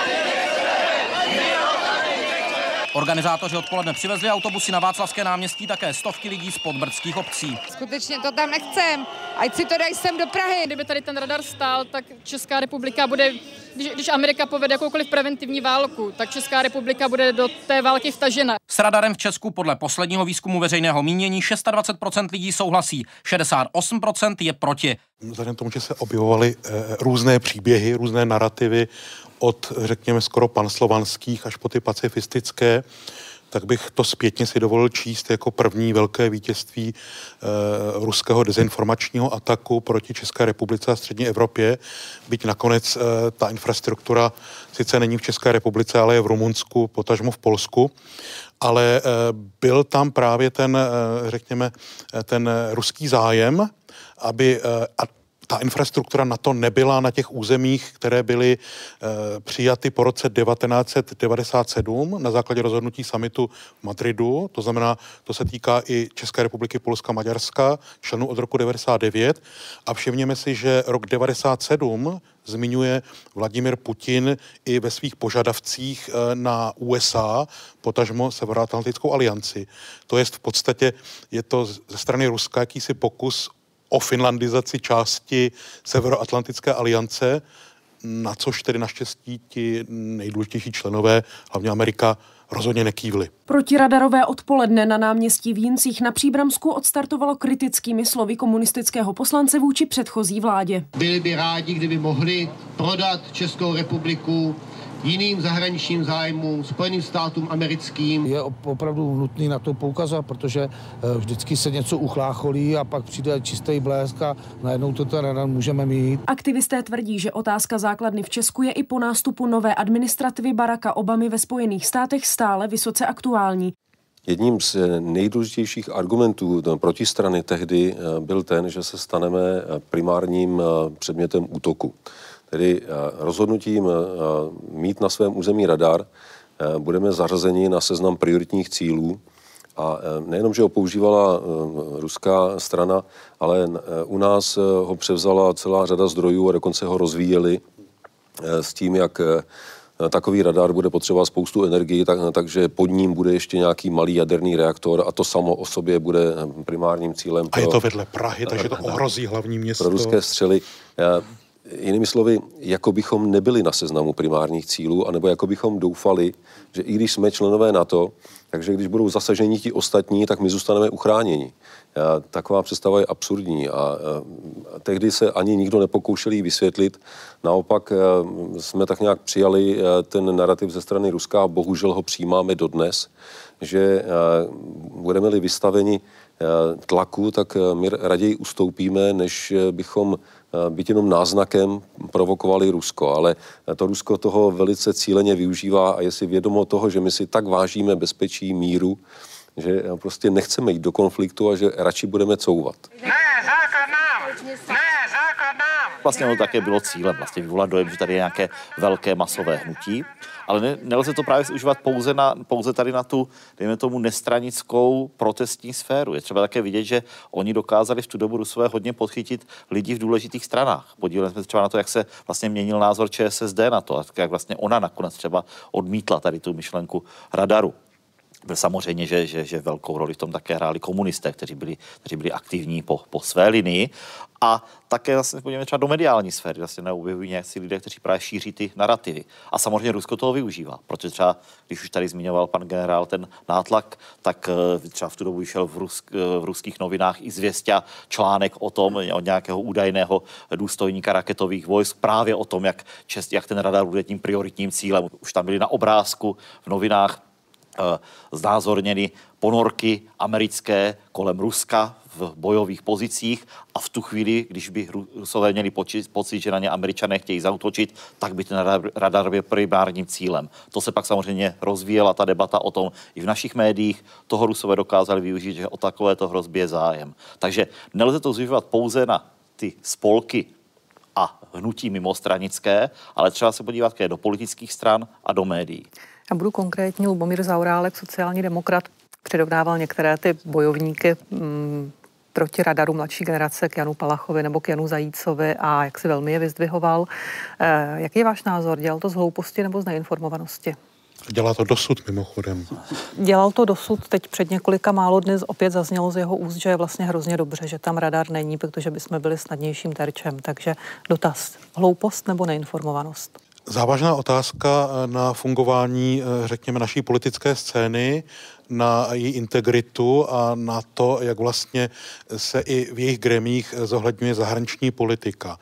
Organizátoři odpoledne přivezli autobusy na Václavské náměstí také stovky lidí z podbrdských obcí. Skutečně to tam nechcem, ať si to dají sem do Prahy. Kdyby tady ten radar stál, tak Česká republika bude, když Amerika povede jakoukoliv preventivní válku, tak Česká republika bude do té války vtažena. S radarem v Česku podle posledního výzkumu veřejného mínění 26% lidí souhlasí, 68% je proti. Vzhledem k tomu, že se objevovaly různé příběhy, různé narrativy od, řekněme, skoro panslovanských až po ty pacifistické, tak bych to zpětně si dovolil číst jako první velké vítězství ruského dezinformačního ataku proti České republice a střední Evropě, byť nakonec ta infrastruktura sice není v České republice, ale je v Rumunsku, potažmo v Polsku, ale byl tam právě ten, řekněme, ten ruský zájem, aby ta infrastruktura NATO nebyla na těch územích, které byly přijaty po roce 1997 na základě rozhodnutí summitu v Madridu. To znamená, to se týká i České republiky, Polska, Maďarska, členů od roku 99. A všimněme si, že rok 97 zmiňuje Vladimír Putin i ve svých požadavcích na USA, potažmo Severoatlantickou alianci. To jest v podstatě, je to ze strany Ruska jakýsi pokus o finlandizaci části Severoatlantické aliance, na což tedy naštěstí ti nejdůležitější členové, hlavně Amerika, rozhodně nekývli. Protiradarové odpoledne na náměstí v Jincích na Příbramsku odstartovalo kritickými slovy komunistického poslance vůči předchozí vládě. Byli by rádi, kdyby mohli prodat Českou republiku jiným zahraničním zájmům, Spojeným státům americkým. Je opravdu nutný na to poukazat, protože vždycky se něco uchlácholí a pak přijde čistý blesk a najednou to teda můžeme mít. Aktivisté tvrdí, že otázka základny v Česku je i po nástupu nové administrativy Baracka Obamy ve Spojených státech stále vysoce aktuální. Jedním z nejdůležitějších argumentů protistrany tehdy byl ten, že se staneme primárním předmětem útoku. Tedy rozhodnutím mít na svém území radar budeme zařazeni na seznam prioritních cílů a nejenom, že ho používala ruská strana, ale u nás ho převzala celá řada zdrojů a dokonce ho rozvíjeli s tím, jak takový radar bude potřebovat spoustu energii, takže pod ním bude ještě nějaký malý jaderný reaktor a to samo o sobě bude primárním cílem. A je to vedle Prahy, takže to ohrozí hlavní město. Pro ruské střely. Jinými slovy, jako bychom nebyli na seznamu primárních cílů, anebo jako bychom doufali, že i když jsme členové NATO, takže když budou zasaženi ti ostatní, tak my zůstaneme uchráněni. Taková představa je absurdní a tehdy se ani nikdo nepokoušel jí vysvětlit. Naopak jsme tak nějak přijali ten narrativ ze strany Ruska a bohužel ho přijímáme dodnes, že budeme-li vystaveni tlaku, tak my raději ustoupíme, než bychom být jenom náznakem provokovali Rusko. Ale to Rusko toho velice cíleně využívá a je si vědomo toho, že my si tak vážíme bezpečí, míru, že prostě nechceme jít do konfliktu a že radši budeme couvat. Vlastně ono také bylo cílem vlastně vyvolat dojem, že tady je nějaké velké masové hnutí, ale nelze to právě užívat pouze tady na tu, dejme tomu, nestranickou protestní sféru. Je třeba také vidět, že oni dokázali v tu dobu Rusové hodně podchytit lidi v důležitých stranách. Podívejme se třeba na to, jak se vlastně měnil názor ČSSD na to, jak vlastně ona nakonec třeba odmítla tady tu myšlenku radaru. Samozřejmě, že velkou roli v tom také hráli komunisté, kteří byli aktivní po své linii. A také vlastně podívejme třeba do mediální sféry, vlastně neobjevují nějací lidé, kteří právě šíří ty narrativy. A samozřejmě Rusko toho využívá, protože třeba, když už tady zmiňoval pan generál ten nátlak, tak třeba v tu dobu vyšel v ruských novinách i Zvěsťa článek o tom, od nějakého údajného důstojníka raketových vojsk, právě o tom, jak ten radar bude tím prioritním cílem. Už tam byly na obrázku v novinách znázorněny ponorky americké kolem Ruska v bojových pozicích a v tu chvíli, když by Rusové měli pocit, že na ně Američané chtějí zaútočit, tak by ten radar byl primárním cílem. To se pak samozřejmě rozvíjela ta debata o tom i v našich médiích. Toho Rusové dokázali využít, že o takovéto hrozbě je zájem. Takže nelze to zvyšovat pouze na ty spolky a hnutí mimostranické, ale třeba se podívat do politických stran a do médií. Já budu konkrétní. Lubomír Zaorálek, sociální demokrat, přirovnával některé ty bojovníky proti radaru mladší generace k Janu Palachovi nebo k Janu Zajícovi a jak si velmi je vyzdvihoval. Jaký je váš názor? Dělal to z hlouposti nebo z neinformovanosti? Dělá to dosud mimochodem. Dělal to dosud, teď před několika málo dny opět zaznělo z jeho úst, že je vlastně hrozně dobře, že tam radar není, protože bychom byli snadnějším terčem. Takže dotaz, hloupost nebo neinformovanost? Závažná otázka na fungování, řekněme, naší politické scény, na její integritu a na to, jak vlastně se i v jejich gremích zohledňuje zahraniční politika.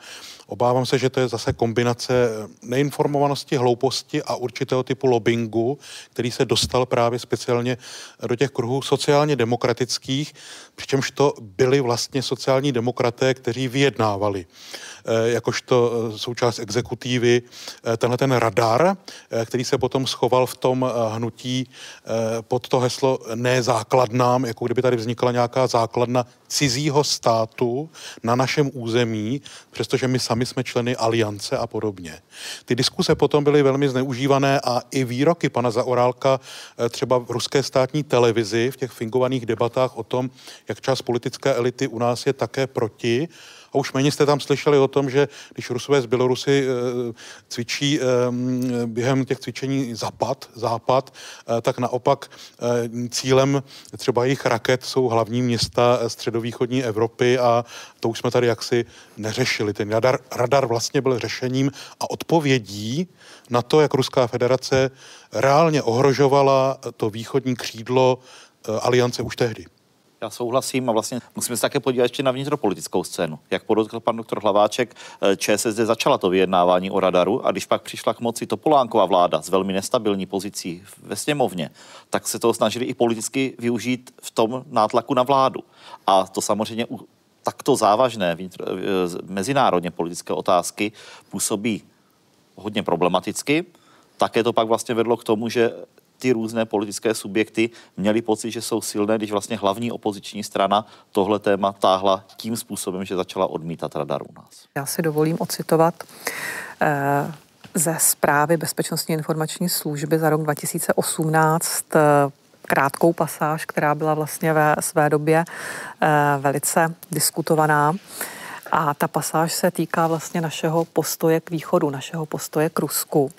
Obávám se, že to je zase kombinace neinformovanosti, hlouposti a určitého typu lobbingu, který se dostal právě speciálně do těch kruhů sociálně demokratických, přičemž to byli vlastně sociální demokraté, kteří vyjednávali jakožto součást exekutivy tenhle ten radar, který se potom schoval v tom hnutí pod to heslo ne základnám, jako kdyby tady vznikla nějaká základna cizího státu na našem území, přestože my sami jsme členy aliance a podobně. Ty diskuse potom byly velmi zneužívané a i výroky pana Zaorálka třeba v ruské státní televizi v těch fingovaných debatách o tom, jak část politické elity u nás je také proti. A už méně jste tam slyšeli o tom, že když Rusové z Bělorusy cvičí během těch cvičení západ, tak naopak cílem třeba jejich raket jsou hlavní města středovýchodní Evropy a to už jsme tady jaksi neřešili. Ten radar vlastně byl řešením a odpovědí na to, jak Ruská federace reálně ohrožovala to východní křídlo aliance už tehdy. Já souhlasím a vlastně musíme se také podívat ještě na vnitropolitickou scénu. Jak podotkl pan doktor Hlaváček, ČSSD začala to vyjednávání o radaru a když pak přišla k moci Topolánkova vláda s velmi nestabilní pozicí ve sněmovně, tak se toho snažili i politicky využít v tom nátlaku na vládu. A to samozřejmě u takto závažné mezinárodně politické otázky působí hodně problematicky. Také to pak vlastně vedlo k tomu, že ty různé politické subjekty měli pocit, že jsou silné, když vlastně hlavní opoziční strana tohle téma táhla tím způsobem, že začala odmítat radar u nás. Já si dovolím ocitovat ze zprávy Bezpečnostní informační služby za rok 2018 krátkou pasáž, která byla vlastně ve své době velice diskutovaná. A ta pasáž se týká vlastně našeho postoje k východu, našeho postoje k Rusku.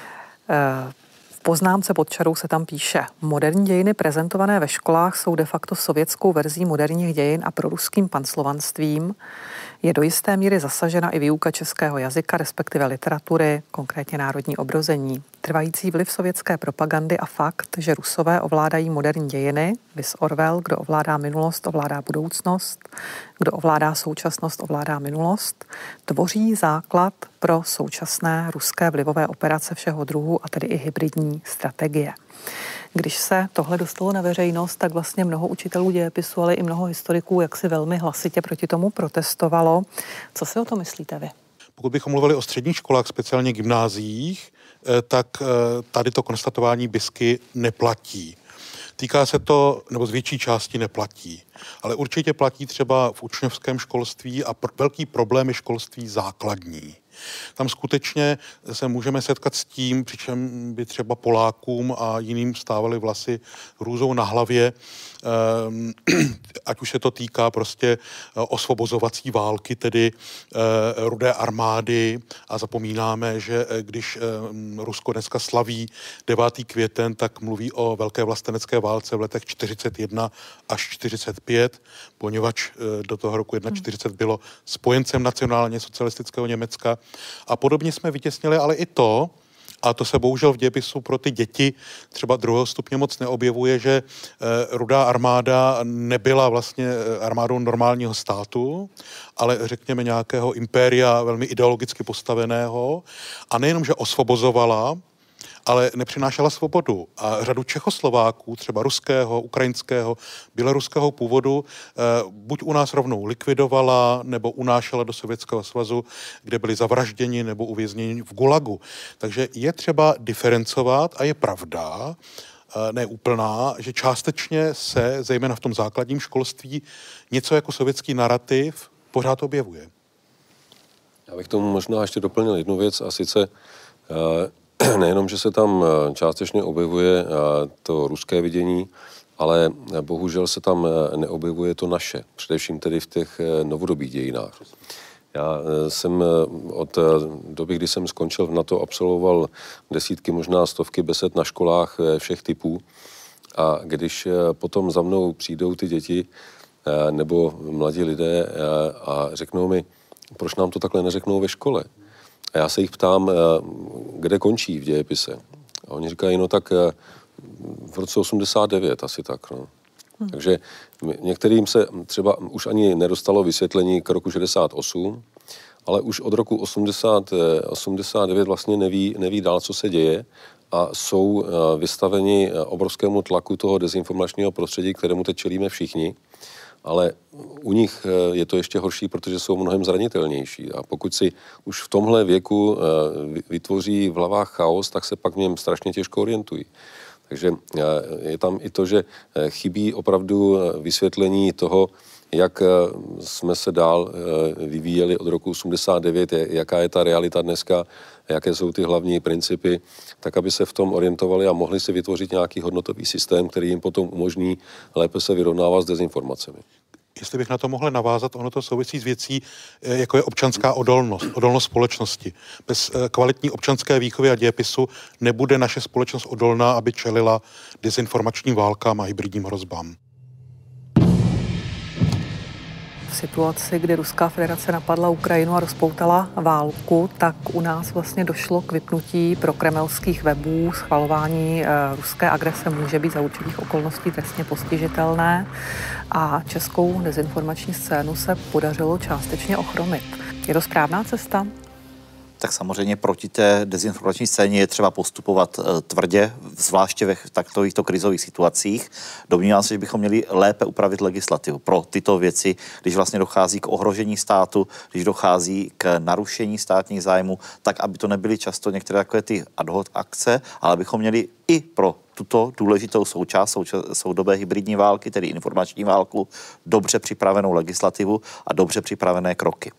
V poznámce pod čarou se tam píše: moderní dějiny prezentované ve školách jsou de facto sovětskou verzí moderních dějin a proruským panslovanstvím. Je do jisté míry zasažena i výuka českého jazyka, respektive literatury, konkrétně národní obrození. Trvající vliv sovětské propagandy a fakt, že Rusové ovládají moderní dějiny, vis Orwell, kdo ovládá minulost, ovládá budoucnost, kdo ovládá současnost, ovládá minulost, tvoří základ pro současné ruské vlivové operace všeho druhu, a tedy i hybridní strategie. Když se tohle dostalo na veřejnost, tak vlastně mnoho učitelů dějepisu, ale i mnoho historiků jaksi velmi hlasitě proti tomu protestovalo. Co si o to myslíte vy? Pokud bychom mluvili o středních školách, speciálně gymnáziích, tak tady to konstatování BISky neplatí. Týká se to, nebo z větší části neplatí, ale určitě platí třeba v učňovském školství a velký problém je školství základní. Tam skutečně se můžeme setkat s tím, přičem by třeba Polákům a jiným stávaly vlasy hrůzou na hlavě, ať už se to týká prostě osvobozovací války, tedy Rudé armády, a zapomínáme, že když Rusko dneska slaví 9. květen, tak mluví o velké vlastenecké válce v letech 41 až 45, poněvadž do toho roku 41 bylo spojencem nacionálně socialistického Německa. A podobně jsme vytěsnili ale i to, a to se bohužel v dějepisu pro ty děti třeba druhého stupně moc neobjevuje, že Rudá armáda nebyla vlastně armádou normálního státu, ale řekněme nějakého impéria velmi ideologicky postaveného, a nejenom, že osvobozovala, ale nepřinášela svobodu. A řadu Čechoslováků, třeba ruského, ukrajinského, běloruského původu, buď u nás rovnou likvidovala, nebo unášela do Sovětského svazu, kde byli zavražděni nebo uvězněni v gulagu. Takže je třeba diferencovat a je pravda, neúplná, že částečně se, zejména v tom základním školství, něco jako sovětský narrativ pořád objevuje. Já bych tomu možná ještě doplnil jednu věc, a sice nejenom, že se tam částečně objevuje to ruské vidění, ale bohužel se tam neobjevuje to naše, především tedy v těch novodobých dějinách. Já jsem od doby, kdy jsem skončil v NATO, absolvoval desítky, možná stovky besed na školách všech typů, a když potom za mnou přijdou ty děti nebo mladí lidé a řeknou mi, proč nám to takhle neřeknou ve škole? A já se jich ptám, kde končí v dějepise. A oni říkají, no tak v roce 89 asi tak. No. Takže některým se třeba už ani nedostalo vysvětlení k roku 68, ale už od roku 89 vlastně neví dál, co se děje a jsou vystaveni obrovskému tlaku toho dezinformačního prostředí, kterému teď čelíme všichni. Ale u nich je to ještě horší, protože jsou mnohem zranitelnější. A pokud si už v tomhle věku vytvoří v hlavách chaos, tak se pak v něm strašně těžko orientují. Takže je tam i to, že chybí opravdu vysvětlení toho, jak jsme se dál vyvíjeli od roku 89, jaká je ta realita dneska, jaké jsou ty hlavní principy, tak aby se v tom orientovali a mohli si vytvořit nějaký hodnotový systém, který jim potom umožní lépe se vyrovnávat s dezinformacemi. Jestli bych na to mohl navázat, ono to souvisí s věcí, jako je občanská odolnost společnosti. Bez kvalitní občanské výchovy a dějepisu nebude naše společnost odolná, aby čelila dezinformačním válkám a hybridním hrozbám. V situaci, kdy Ruská federace napadla Ukrajinu a rozpoutala válku, tak u nás vlastně došlo k vypnutí prokremelských webů. Schvalování ruské agrese může být za určitých okolností trestně postižitelné a českou dezinformační scénu se podařilo částečně ochromit. Je to správná cesta? Tak samozřejmě proti té dezinformační scéně je třeba postupovat tvrdě, zvláště v takovýchto krizových situacích. Domnívám se, že bychom měli lépe upravit legislativu pro tyto věci, když vlastně dochází k ohrožení státu, když dochází k narušení státních zájmů, tak aby to nebyly často některé takové ty ad hoc akce, ale abychom měli i pro tuto důležitou součást soudobé hybridní války, tedy informační válku, dobře připravenou legislativu a dobře připravené kroky.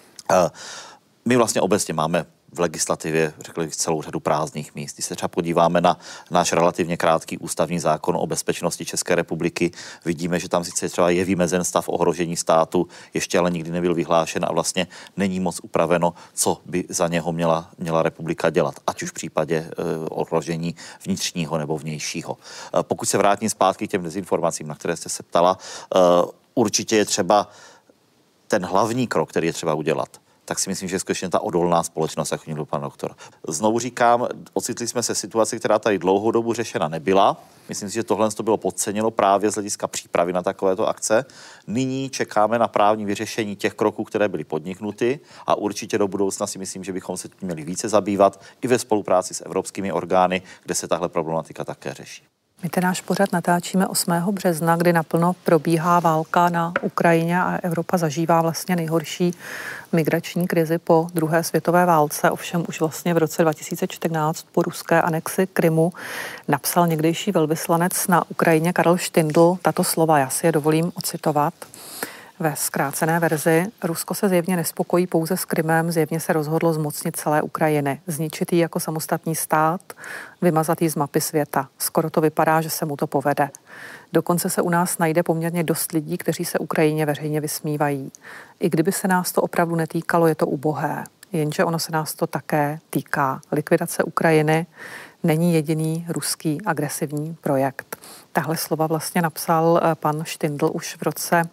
My vlastně obecně máme v legislativě, řekl bych, celou řadu prázdných míst. Když se třeba podíváme na náš relativně krátký ústavní zákon o bezpečnosti České republiky, vidíme, že tam sice třeba je vymezen stav ohrožení státu, ještě ale nikdy nebyl vyhlášen a vlastně není moc upraveno, co by za něho měla republika dělat, ať už v případě ohrožení vnitřního nebo vnějšího. Pokud se vrátím zpátky k těm dezinformacím, na které jste se ptala, určitě je třeba ten hlavní krok, který je třeba udělat, tak si myslím, že je skutečně ta odolná společnost, jak měl pan doktor. Znovu říkám, ocitli jsme se v situaci, která tady dlouhou dobu řešena nebyla. Myslím si, že tohle to bylo podceněno právě z hlediska přípravy na takovéto akce. Nyní čekáme na právní vyřešení těch kroků, které byly podniknuty a určitě do budoucna si myslím, že bychom se tím měli více zabývat i ve spolupráci s evropskými orgány, kde se tahle problematika také řeší. My ten náš pořad natáčíme 8. března, kdy naplno probíhá válka na Ukrajině a Evropa zažívá vlastně nejhorší migrační krizi po druhé světové válce. Ovšem už vlastně v roce 2014 po ruské anexi Krymu napsal někdejší velvyslanec na Ukrajině Karel Štindl tato slova. Já si je dovolím ocitovat. Ve zkrácené verzi: Rusko se zjevně nespokojí pouze s Krymem, zjevně se rozhodlo zmocnit celé Ukrajiny, zničit ji jako samostatný stát, vymazat ji z mapy světa. Skoro to vypadá, že se mu to povede. Dokonce se u nás najde poměrně dost lidí, kteří se Ukrajině veřejně vysmívají. I kdyby se nás to opravdu netýkalo, je to ubohé. Jenže ono se nás to také týká. Likvidace Ukrajiny není jediný ruský agresivní projekt. Tahle slova vlastně napsal pan Štindl už v roce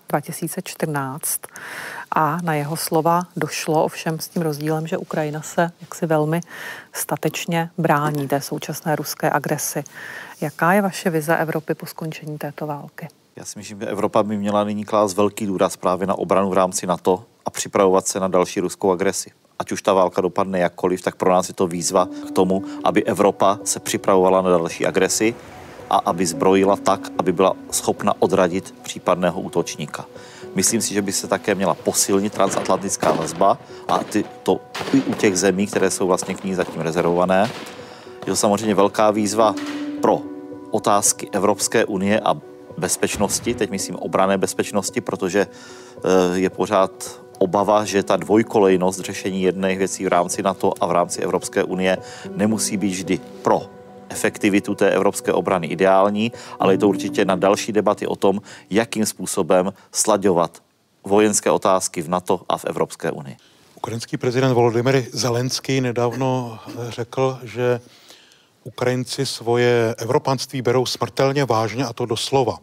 2014 a na jeho slova došlo, ovšem s tím rozdílem, že Ukrajina se jaksi velmi statečně brání té současné ruské agresi. Jaká je vaše vize Evropy po skončení této války? Já si myslím, že Evropa by měla nyní klást velký důraz právě na obranu v rámci NATO a připravovat se na další ruskou agresi. Ať už ta válka dopadne jakkoliv, tak pro nás je to výzva k tomu, aby Evropa se připravovala na další agresi a aby zbrojila tak, aby byla schopna odradit případného útočníka. Myslím si, že by se také měla posilnit transatlantická vazba a to i u těch zemí, které jsou vlastně k ní zatím rezervované. Je to samozřejmě velká výzva pro otázky Evropské unie a bezpečnosti, teď myslím obranné bezpečnosti, protože je pořád obava, že ta dvojkolejnost řešení jedných věcí v rámci NATO a v rámci Evropské unie nemusí být vždy pro efektivitu té evropské obrany ideální, ale je to určitě na další debaty o tom, jakým způsobem slaďovat vojenské otázky v NATO a v Evropské unii. Ukrajinský prezident Volodymyr Zelenský nedávno řekl, že Ukrajinci svoje evropanství berou smrtelně vážně, a to doslova.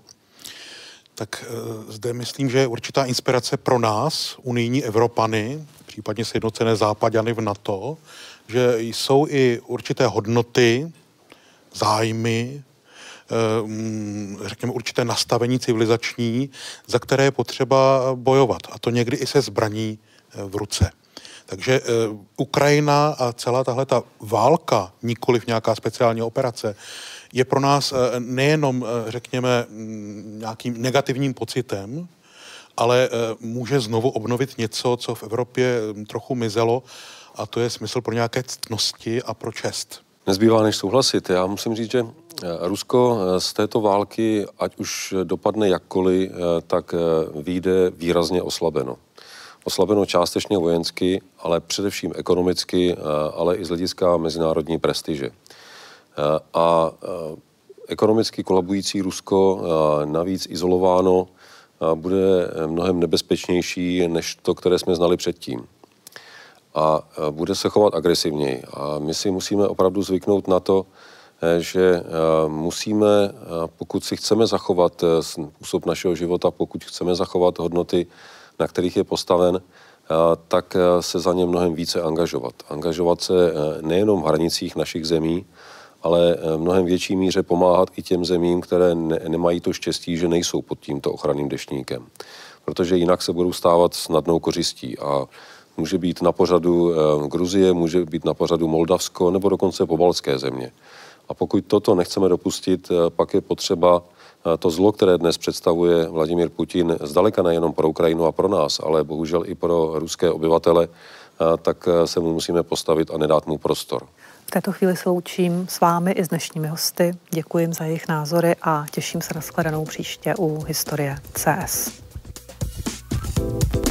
Tak zde myslím, že je určitá inspirace pro nás, unijní Evropany, případně sjednocené Zápaďany v NATO, že jsou i určité hodnoty, zájmy, řekněme určité nastavení civilizační, za které je potřeba bojovat. A to někdy i se zbraní v ruce. Takže Ukrajina a celá tahle ta válka, nikoliv nějaká speciální operace, je pro nás nejenom, řekněme, nějakým negativním pocitem, ale může znovu obnovit něco, co v Evropě trochu mizelo, a to je smysl pro nějaké ctnosti a pro čest. Nezbývá než souhlasit. Já musím říct, že Rusko z této války, ať už dopadne jakkoliv, tak vyjde výrazně oslabeno. Oslabeno částečně vojensky, ale především ekonomicky, ale i z hlediska mezinárodní prestiže. A ekonomicky kolabující Rusko, navíc izolováno, bude mnohem nebezpečnější než to, které jsme znali předtím. A bude se chovat agresivněji. A my si musíme opravdu zvyknout na to, že musíme, pokud si chceme zachovat způsob našeho života, pokud chceme zachovat hodnoty, na kterých je postaven, tak se za ně mnohem více angažovat. Angažovat se nejenom v hranicích našich zemí, ale mnohem větší míře pomáhat i těm zemím, které nemají to štěstí, že nejsou pod tímto ochranným deštníkem. Protože jinak se budou stávat snadnou kořistí a může být na pořadu Gruzie, může být na pořadu Moldavsko nebo dokonce pobaltské země. A pokud toto nechceme dopustit, pak je potřeba to zlo, které dnes představuje Vladimír Putin, zdaleka nejenom pro Ukrajinu a pro nás, ale bohužel i pro ruské obyvatele, tak se mu musíme postavit a nedát mu prostor. V této chvíli se loučím s vámi i s dnešními hosty. Děkuji jim za jejich názory a těším se na shledanou příště u Historie CS.